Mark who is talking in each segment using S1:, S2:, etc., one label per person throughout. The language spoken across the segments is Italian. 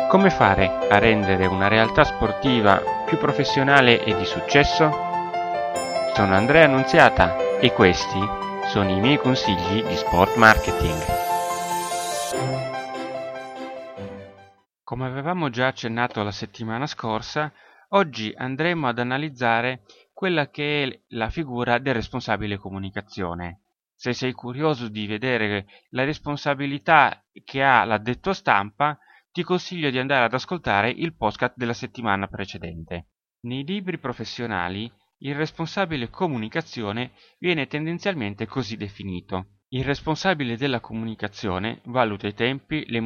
S1: Come fare a rendere una realtà sportiva più professionale e di successo? Sono Andrea Annunziata e questi sono i miei consigli di sport marketing. Come avevamo già accennato la settimana scorsa, oggi andremo ad analizzare quella che è la figura del responsabile comunicazione. Se sei curioso di vedere la responsabilità che ha l'addetto stampa, ti consiglio di andare ad ascoltare il podcast della settimana precedente. Nei libri professionali, il responsabile comunicazione viene tendenzialmente così definito. Il responsabile della comunicazione valuta i tempi, le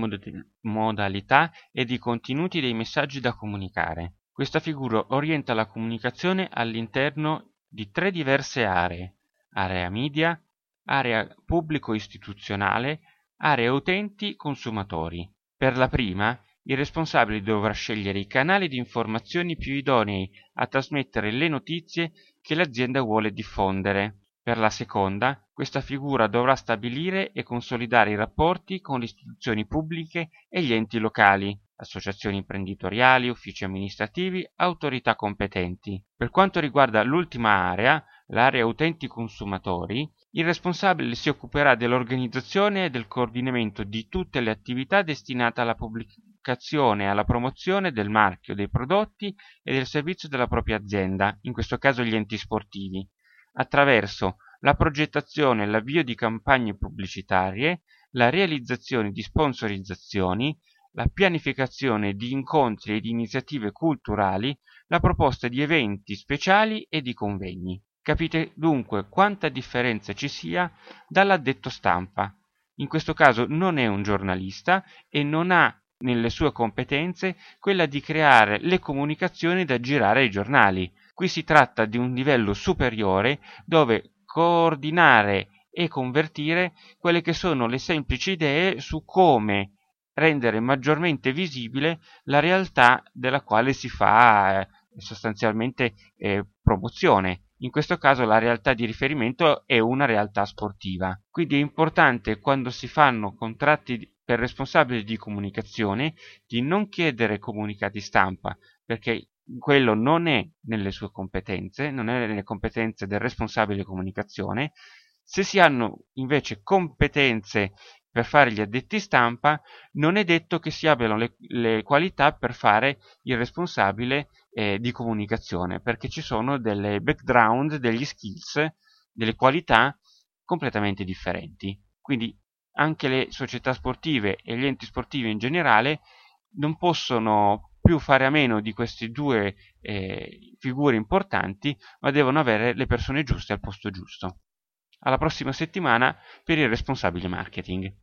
S1: modalità ed i contenuti dei messaggi da comunicare. Questa figura orienta la comunicazione all'interno di 3 diverse aree: area media, area pubblico-istituzionale, area utenti-consumatori. Per la prima, il responsabile dovrà scegliere i canali di informazioni più idonei a trasmettere le notizie che l'azienda vuole diffondere. Per la seconda, questa figura dovrà stabilire e consolidare i rapporti con le istituzioni pubbliche e gli enti locali, associazioni imprenditoriali, uffici amministrativi, autorità competenti. Per quanto riguarda l'ultima area, l'area utenti consumatori, il responsabile si occuperà dell'organizzazione e del coordinamento di tutte le attività destinate alla pubblicazione e alla promozione del marchio, dei prodotti e del servizio della propria azienda, in questo caso gli enti sportivi, attraverso la progettazione e l'avvio di campagne pubblicitarie, la realizzazione di sponsorizzazioni, la pianificazione di incontri e di iniziative culturali, la proposta di eventi speciali e di convegni. Capite dunque quanta differenza ci sia dall'addetto stampa. In questo caso non è un giornalista e non ha nelle sue competenze quella di creare le comunicazioni da girare ai giornali. Qui si tratta di un livello superiore dove coordinare e convertire quelle che sono le semplici idee su come rendere maggiormente visibile la realtà della quale si fa sostanzialmente promozione. In questo caso la realtà di riferimento è una realtà sportiva. Quindi è importante, quando si fanno contratti per responsabili di comunicazione, di non chiedere comunicati stampa, perché quello non è nelle sue competenze, non è nelle competenze del responsabile comunicazione. Se si hanno invece competenze per fare gli addetti stampa, non è detto che si abbiano le qualità per fare il responsabile di comunicazione, perché ci sono delle background, degli skills, delle qualità completamente differenti. Quindi anche le società sportive e gli enti sportivi in generale non possono più fare a meno di queste due figure importanti, ma devono avere le persone giuste al posto giusto. Alla prossima settimana per il responsabile marketing.